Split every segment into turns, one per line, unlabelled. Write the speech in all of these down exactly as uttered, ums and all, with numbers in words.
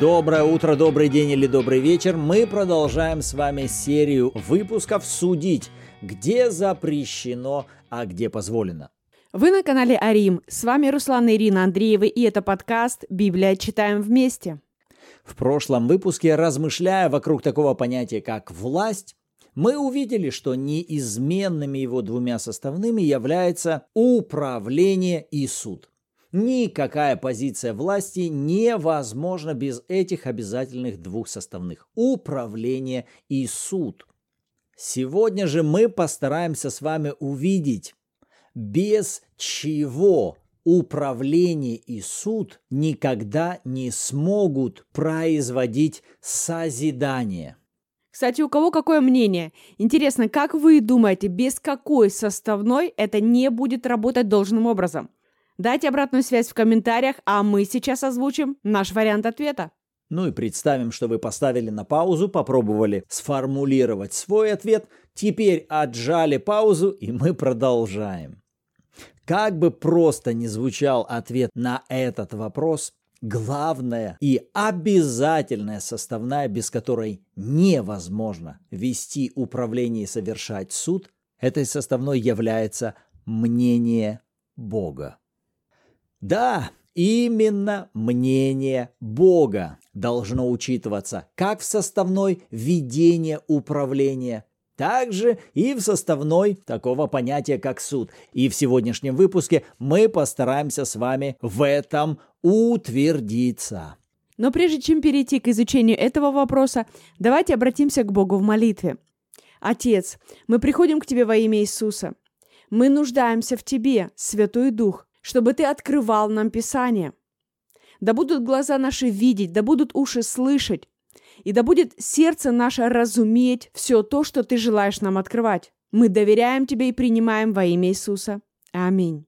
Доброе утро, добрый день или добрый вечер. Мы продолжаем с вами серию выпусков «Судить», где запрещено, а где позволено.
Вы на канале Арим. С вами Руслан и Ирина Андреевы, и это подкаст «Библия. Читаем вместе».
В прошлом выпуске, размышляя вокруг такого понятия, как «власть», мы увидели, что неизменными его двумя составными являются управление и суд. Никакая позиция власти невозможна без этих обязательных двух составных – управление и суд. Сегодня же мы постараемся с вами увидеть, без чего управление и суд никогда не смогут производить созидание.
Кстати, у кого какое мнение? Интересно, как вы думаете, без какой составной это не будет работать должным образом? Дайте обратную связь в комментариях, а мы сейчас озвучим наш вариант ответа.
Ну и представим, что вы поставили на паузу, попробовали сформулировать свой ответ, теперь отжали паузу, и мы продолжаем. Как бы просто ни звучал ответ на этот вопрос, главная и обязательная составная, без которой невозможно вести управление и совершать суд, этой составной является мнение Бога. Да, именно мнение Бога должно учитываться как в составной ведения управления, так же и в составной такого понятия, как суд. И в сегодняшнем выпуске мы постараемся с вами в этом утвердиться.
Но прежде чем перейти к изучению этого вопроса, давайте обратимся к Богу в молитве. Отец, мы приходим к Тебе во имя Иисуса. Мы нуждаемся в Тебе, Святой Дух, чтобы Ты открывал нам Писание. Да будут глаза наши видеть, да будут уши слышать, и да будет сердце наше разуметь все то, что Ты желаешь нам открывать. Мы доверяем Тебе и принимаем во имя Иисуса. Аминь.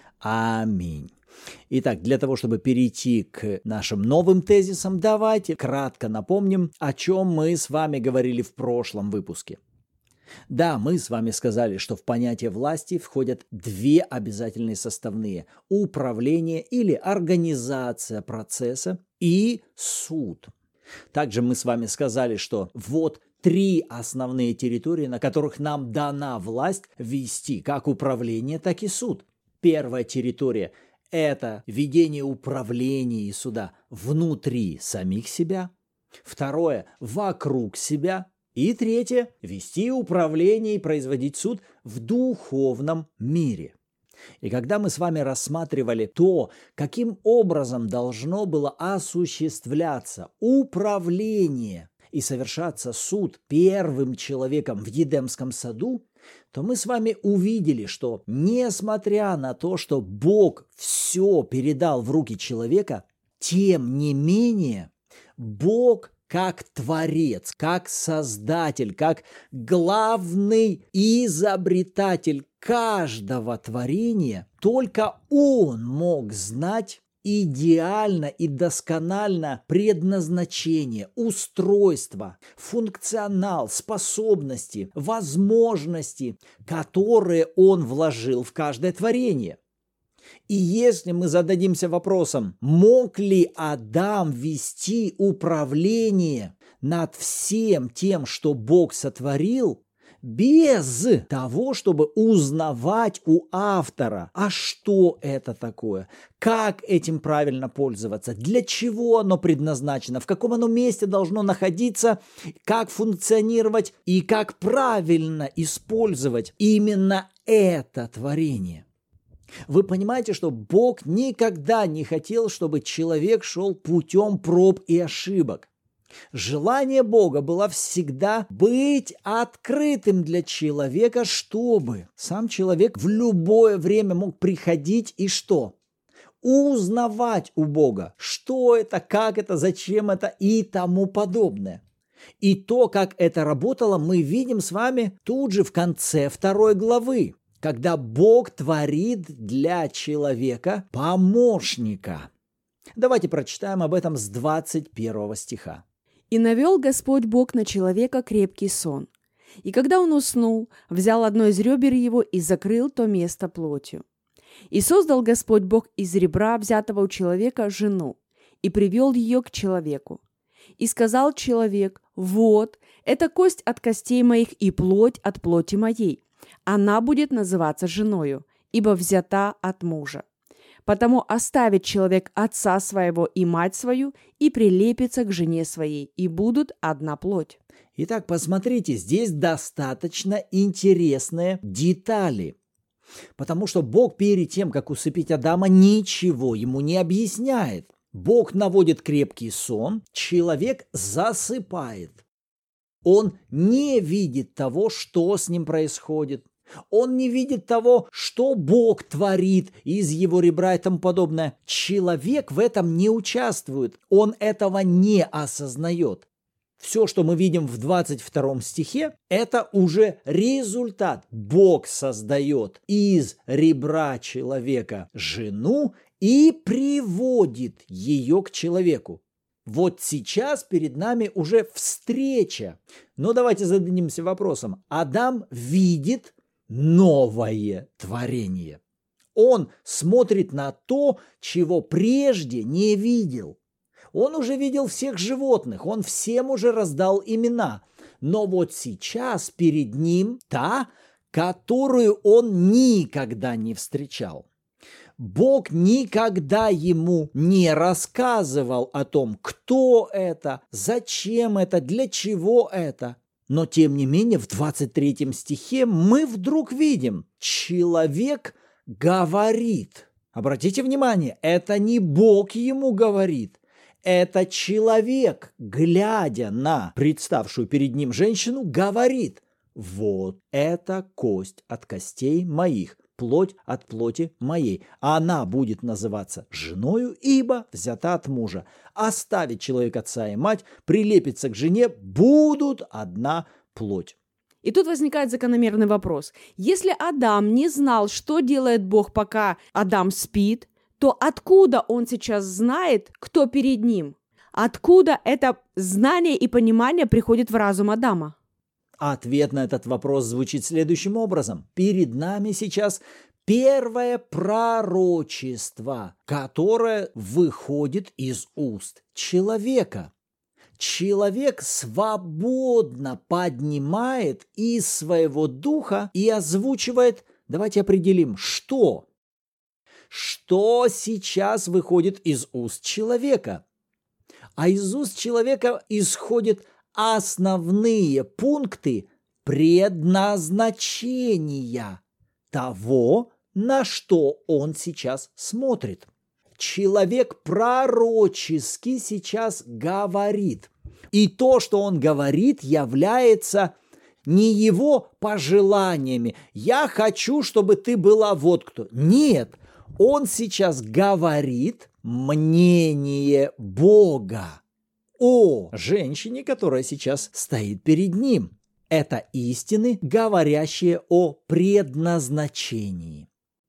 Аминь. Итак, для того, чтобы перейти к нашим новым тезисам, давайте кратко напомним, о чем мы с вами говорили в прошлом выпуске. Да, мы с вами сказали, что в понятие власти входят две обязательные составные – управление или организация процесса и суд. Также мы с вами сказали, что вот три основные территории, на которых нам дана власть вести как управление, так и суд. Первая территория – это ведение управления и суда внутри самих себя. Второе – вокруг себя. И третье – вести управление и производить суд в духовном мире. И когда мы с вами рассматривали то, каким образом должно было осуществляться управление и совершаться суд первым человеком в Едемском саду, то мы с вами увидели, что несмотря на то, что Бог все передал в руки человека, тем не менее Бог как Творец, как Создатель, как главный изобретатель каждого творения, только Он мог знать идеально и досконально предназначение, устройство, функционал, способности, возможности, которые Он вложил в каждое творение. И если мы зададимся вопросом, мог ли Адам вести управление над всем тем, что Бог сотворил, без того, чтобы узнавать у автора, а что это такое, как этим правильно пользоваться, для чего оно предназначено, в каком оно месте должно находиться, как функционировать и как правильно использовать именно это творение. Вы понимаете, что Бог никогда не хотел, чтобы человек шел путем проб и ошибок. Желание Бога было всегда быть открытым для человека, чтобы сам человек в любое время мог приходить и что? Узнавать у Бога, что это, как это, зачем это и тому подобное. И то, как это работало, мы видим с вами тут же в конце второй главы, когда Бог творит для человека помощника. Давайте прочитаем об этом с двадцать первого стиха.
«И навел Господь Бог на человека крепкий сон. И когда он уснул, взял одно из ребер его и закрыл то место плотью. И создал Господь Бог из ребра, взятого у человека, жену, и привел ее к человеку. И сказал человек: вот, это кость от костей моих и плоть от плоти моей. Она будет называться женою, ибо взята от мужа. Потому оставит человек отца своего и мать свою, и прилепится к жене своей, и будут одна плоть».
Итак, посмотрите, здесь достаточно интересные детали. Потому что Бог перед тем, как усыпить Адама, ничего ему не объясняет. Бог наводит крепкий сон, человек засыпает. Он не видит того, что с ним происходит. Он не видит того, что Бог творит из его ребра и тому подобное. Человек в этом не участвует. Он этого не осознает. Все, что мы видим в двадцать втором стихе, это уже результат. Бог создает из ребра человека жену и приводит ее к человеку. Вот сейчас перед нами уже встреча. Но давайте зададимся вопросом. Адам видит новое творение. Он смотрит на то, чего прежде не видел. Он уже видел всех животных, он всем уже раздал имена. Но вот сейчас перед ним та, которую он никогда не встречал. Бог никогда ему не рассказывал о том, кто это, зачем это, для чего это. Но тем не менее в двадцать третьем стихе мы вдруг видим, человек говорит. Обратите внимание, это не Бог ему говорит. Это человек, глядя на представшую перед ним женщину, говорит: вот это кость от костей моих, плоть от плоти моей. Она будет называться женою, ибо взята от мужа. Оставит человек отца и мать, прилепится к жене, будут одна плоть.
И тут возникает закономерный вопрос. Если Адам не знал, что делает Бог, пока Адам спит, то откуда он сейчас знает, кто перед ним? Откуда это знание и понимание приходит в разум Адама?
Ответ на этот вопрос звучит следующим образом. Перед нами сейчас первое пророчество, которое выходит из уст человека. Человек свободно поднимает из своего духа и озвучивает, давайте определим, что? Что сейчас выходит из уст человека? А из уст человека исходят основные пункты предназначения того, на что он сейчас смотрит. Человек пророчески сейчас говорит. И то, что он говорит, является не его пожеланиями. «Я хочу, чтобы ты была вот кто». Нет. Он сейчас говорит мнение Бога о женщине, которая сейчас стоит перед ним. Это истины, говорящие о предназначении.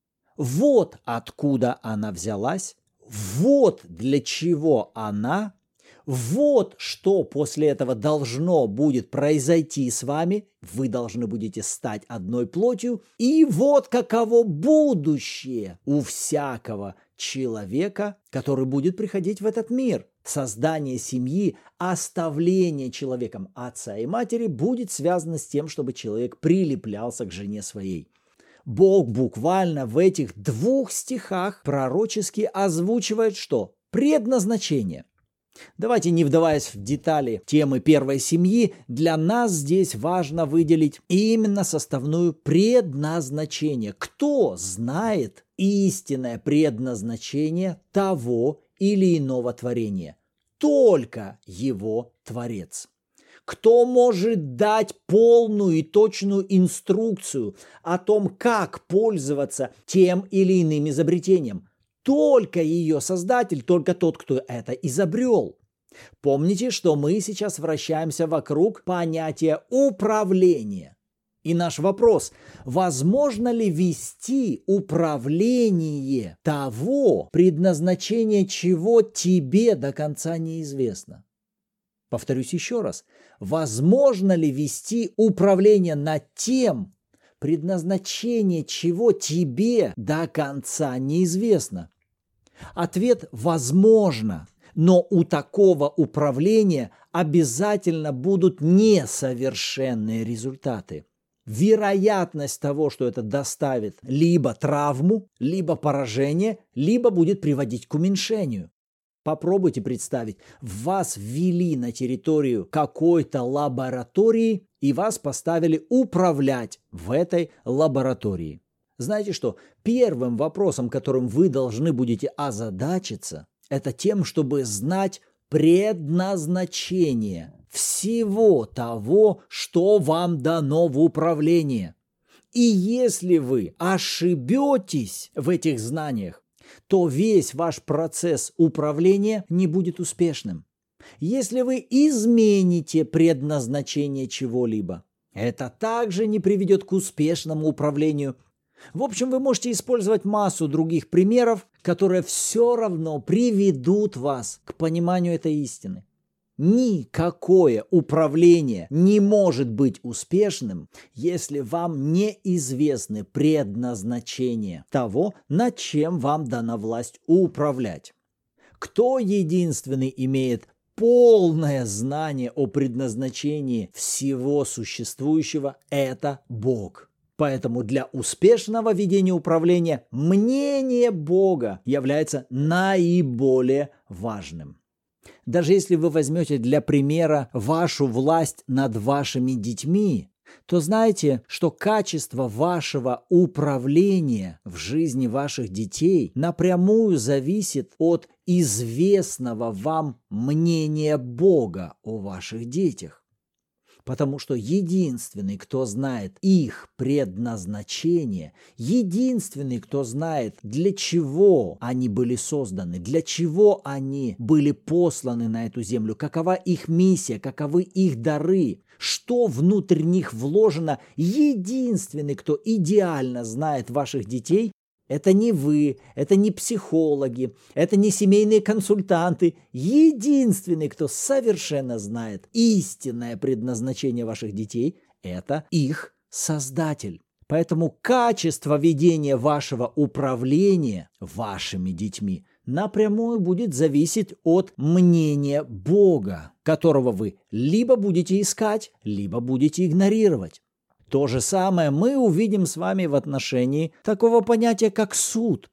Вот откуда она взялась, вот для чего она, вот что после этого должно будет произойти с вами, вы должны будете стать одной плотью, и вот каково будущее у всякого человека, который будет приходить в этот мир. Создание семьи, оставление человеком отца и матери будет связано с тем, чтобы человек прилеплялся к жене своей. Бог буквально в этих двух стихах пророчески озвучивает что? Предназначение. Давайте, не вдаваясь в детали темы первой семьи, для нас здесь важно выделить именно составную предназначение. Кто знает истинное предназначение того или иного творения? Только его Творец. Кто может дать полную и точную инструкцию о том, как пользоваться тем или иным изобретением? Только ее создатель, только тот, кто это изобрел. Помните, что мы сейчас вращаемся вокруг понятия управления. И наш вопрос: возможно ли вести управление того, предназначение чего тебе до конца неизвестно? Повторюсь еще раз. Возможно ли вести управление над тем, предназначение чего тебе до конца неизвестно? Ответ – возможно. Но у такого управления обязательно будут несовершенные результаты. Вероятность того, что это доставит либо травму, либо поражение, либо будет приводить к уменьшению. Попробуйте представить, вас ввели на территорию какой-то лаборатории и вас поставили управлять в этой лаборатории. Знаете что? Первым вопросом, которым вы должны будете озадачиться, это тем, чтобы знать предназначение всего того, что вам дано в управление. И если вы ошибетесь в этих знаниях, то весь ваш процесс управления не будет успешным. Если вы измените предназначение чего-либо, это также не приведет к успешному управлению. В общем, вы можете использовать массу других примеров, которые все равно приведут вас к пониманию этой истины. Никакое управление не может быть успешным, если вам неизвестны предназначения того, над чем вам дана власть управлять. Кто единственный имеет полное знание о предназначении всего существующего – это Бог. Поэтому для успешного ведения управления мнение Бога является наиболее важным. Даже если вы возьмете для примера вашу власть над вашими детьми, то знайте, что качество вашего управления в жизни ваших детей напрямую зависит от известного вам мнения Бога о ваших детях. Потому что единственный, кто знает их предназначение, единственный, кто знает, для чего они были созданы, для чего они были посланы на эту землю, какова их миссия, каковы их дары, что внутрь них вложено, единственный, кто идеально знает ваших детей, это не вы, это не психологи, это не семейные консультанты. Единственный, кто совершенно знает истинное предназначение ваших детей, это их Создатель. Поэтому качество ведения вашего управления вашими детьми напрямую будет зависеть от мнения Бога, которого вы либо будете искать, либо будете игнорировать. То же самое мы увидим с вами в отношении такого понятия, как суд.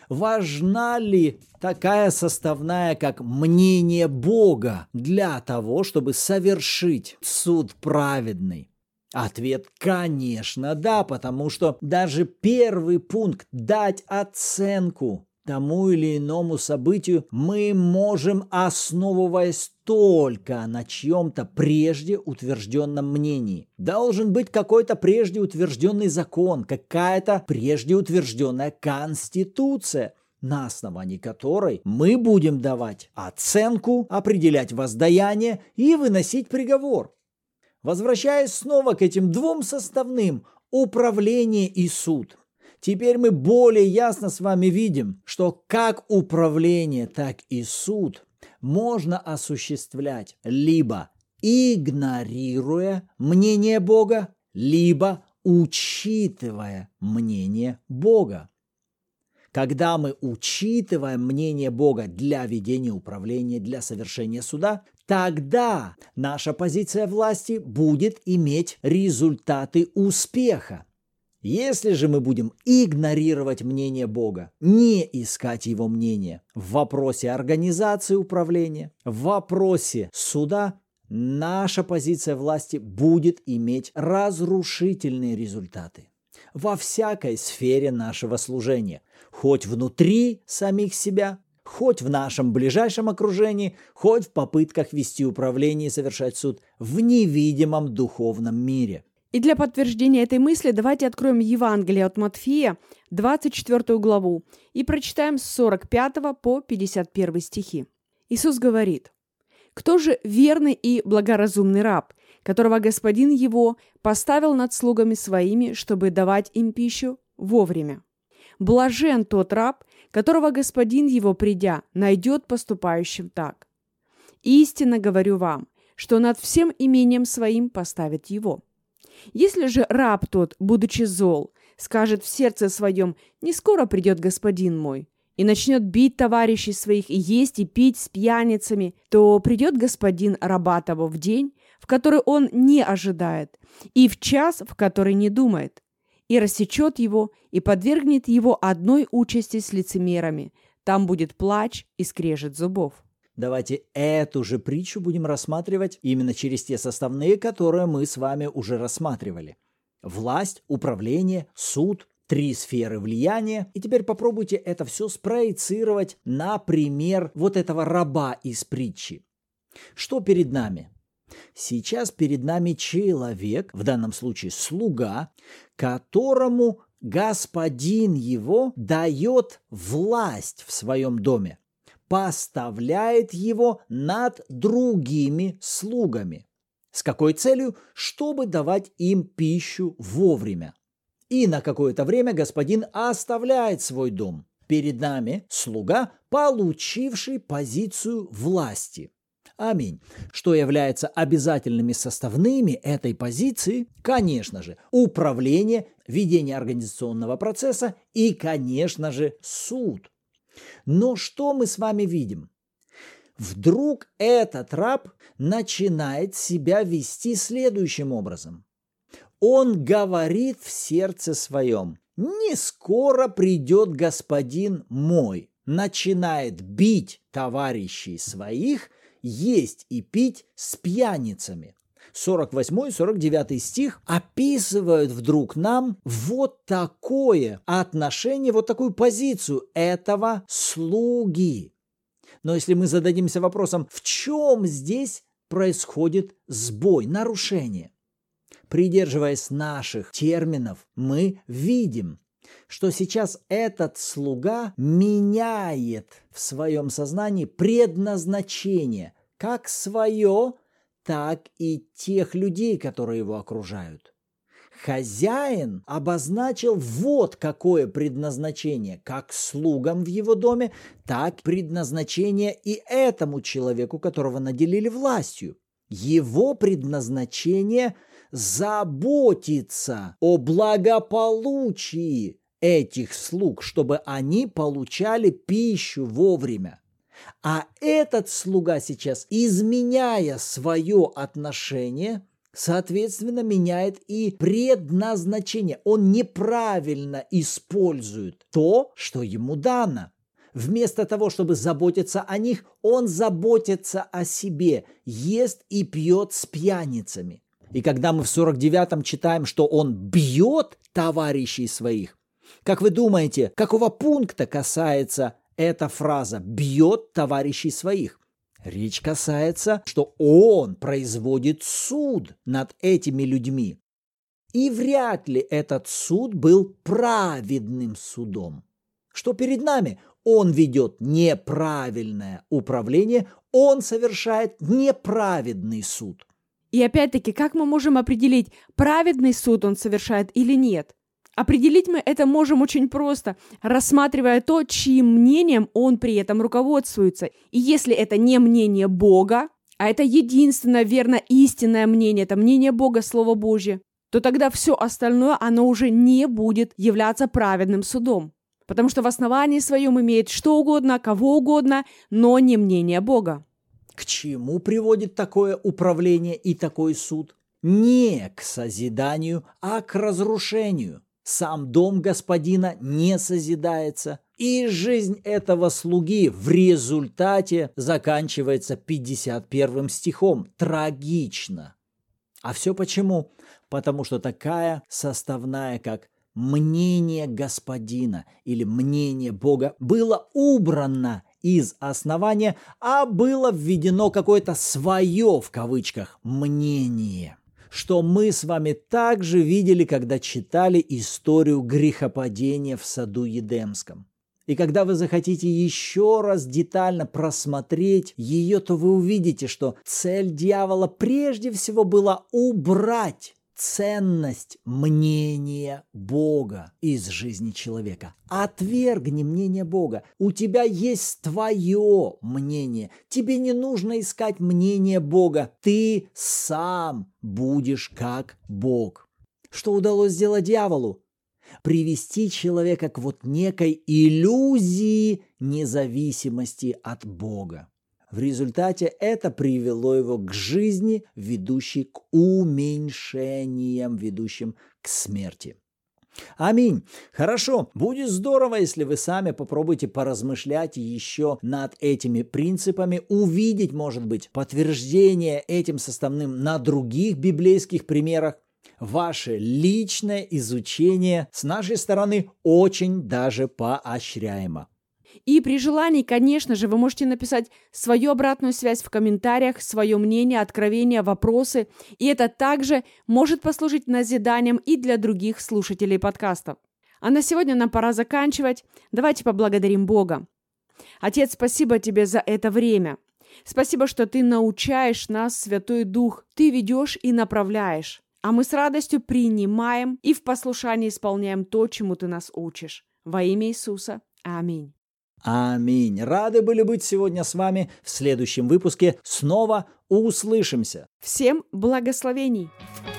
Важна ли такая составная, как мнение Бога, для того, чтобы совершить суд праведный? Ответ, конечно, да, потому что даже первый пункт – дать оценку тому или иному событию мы можем, основываясь только на чьем-то прежде утвержденном мнении. Должен быть какой-то прежде утвержденный закон, какая-то прежде утвержденная конституция, на основании которой мы будем давать оценку, определять воздаяние и выносить приговор. Возвращаясь снова к этим двум составным – управление и суд. Теперь мы более ясно с вами видим, что как управление, так и суд можно осуществлять либо игнорируя мнение Бога, либо учитывая мнение Бога. Когда мы учитываем мнение Бога для ведения управления, для совершения суда, тогда наша позиция власти будет иметь результаты успеха. Если же мы будем игнорировать мнение Бога, не искать Его мнения в вопросе организации управления, в вопросе суда, наша позиция власти будет иметь разрушительные результаты во всякой сфере нашего служения, хоть внутри самих себя, хоть в нашем ближайшем окружении, хоть в попытках вести управление и совершать суд в невидимом духовном мире.
И для подтверждения этой мысли давайте откроем Евангелие от Матфея, двадцать четвёртую главу, и прочитаем с сорок пятого по пятьдесят первый стихи. Иисус говорит: «Кто же верный и благоразумный раб, которого господин его поставил над слугами своими, чтобы давать им пищу вовремя? Блажен тот раб, которого господин его, придя, найдет поступающим так. Истинно говорю вам, что над всем имением своим поставит его. Если же раб тот, будучи зол, скажет в сердце своем: не скоро придет господин мой, и начнет бить товарищей своих и есть и пить с пьяницами, то придет господин раба того в день, в который он не ожидает, и в час, в который не думает, и рассечет его, и подвергнет его одной участи с лицемерами. Там будет плач и скрежет зубов».
Давайте эту же притчу будем рассматривать именно через те составные, которые мы с вами уже рассматривали. Власть, управление, суд, три сферы влияния. И теперь попробуйте это все спроецировать на пример вот этого раба из притчи. Что перед нами? Сейчас перед нами человек, в данном случае слуга, которому господин его дает власть в своем доме, поставляет его над другими слугами. С какой целью? Чтобы давать им пищу вовремя. И на какое-то время господин оставляет свой дом. Перед нами слуга, получивший позицию власти. Аминь. Что является обязательными составными этой позиции? Конечно же, управление, ведение организационного процесса и, конечно же, суд. Но что мы с вами видим? Вдруг этот раб начинает себя вести следующим образом. Он говорит в сердце своем: «Не скоро придет господин мой», начинает бить товарищей своих, есть и пить с пьяницами. сорок восьмой сорок девятый стих описывают вдруг нам вот такое отношение, вот такую позицию этого слуги. Но если мы зададимся вопросом, в чем здесь происходит сбой, нарушение? Придерживаясь наших терминов, мы видим, что сейчас этот слуга меняет в своем сознании предназначение, как свое, так и тех людей, которые его окружают. Хозяин обозначил вот какое предназначение, как слугам в его доме, так предназначение и этому человеку, которого наделили властью. Его предназначение – заботиться о благополучии этих слуг, чтобы они получали пищу вовремя. А этот слуга сейчас, изменяя свое отношение, соответственно, меняет и предназначение. Он неправильно использует то, что ему дано. Вместо того, чтобы заботиться о них, он заботится о себе, ест и пьет с пьяницами. И когда мы в сорок девятом читаем, что он бьет товарищей своих, как вы думаете, какого пункта касается эта фраза «бьет товарищей своих»? Речь касается, что он производит суд над этими людьми. И вряд ли этот суд был праведным судом. Что перед нами? Он ведет неправильное управление, он совершает неправедный суд.
И опять-таки, как мы можем определить, праведный суд он совершает или нет? Определить мы это можем очень просто, рассматривая то, чьим мнением он при этом руководствуется. И если это не мнение Бога, а это единственное верно истинное мнение, это мнение Бога, Слово Божье, то тогда все остальное, оно уже не будет являться праведным судом. Потому что в основании своем имеет что угодно, кого угодно, но не мнение Бога.
К чему приводит такое управление и такой суд? Не к созиданию, а к разрушению. Сам дом господина не созидается, и жизнь этого слуги в результате заканчивается пятьдесят первым стихом. Трагично. А все почему? Потому что такая составная, как мнение господина или мнение Бога, было убрано из основания, а было введено какое-то свое, в кавычках, мнение, что мы с вами также видели, когда читали историю грехопадения в саду Едемском. И когда вы захотите еще раз детально просмотреть ее, то вы увидите, что цель дьявола прежде всего была убрать ценность мнения Бога из жизни человека. Отвергни мнение Бога. У тебя есть твое мнение. Тебе не нужно искать мнение Бога. Ты сам будешь как Бог. Что удалось сделать дьяволу? привести человека к вот некой иллюзии независимости от Бога. В результате это привело его к жизни, ведущей к уменьшениям, ведущим к смерти. Аминь. Хорошо. Будет здорово, если вы сами попробуете поразмышлять еще над этими принципами, увидеть, может быть, подтверждение этим составным на других библейских примерах. Ваше личное изучение с нашей стороны очень даже поощряемо.
И при желании, конечно же, вы можете написать свою обратную связь в комментариях, свое мнение, откровения, вопросы. И это также может послужить назиданием и для других слушателей подкастов. А на сегодня нам пора заканчивать. Давайте поблагодарим Бога. Отец, спасибо тебе за это время. Спасибо, что ты научаешь нас, Святой Дух. Ты ведешь и направляешь. А мы с радостью принимаем и в послушании исполняем то, чему ты нас учишь. Во имя Иисуса. Аминь.
Аминь. Рады были быть сегодня с вами. В следующем выпуске снова услышимся.
Всем благословений!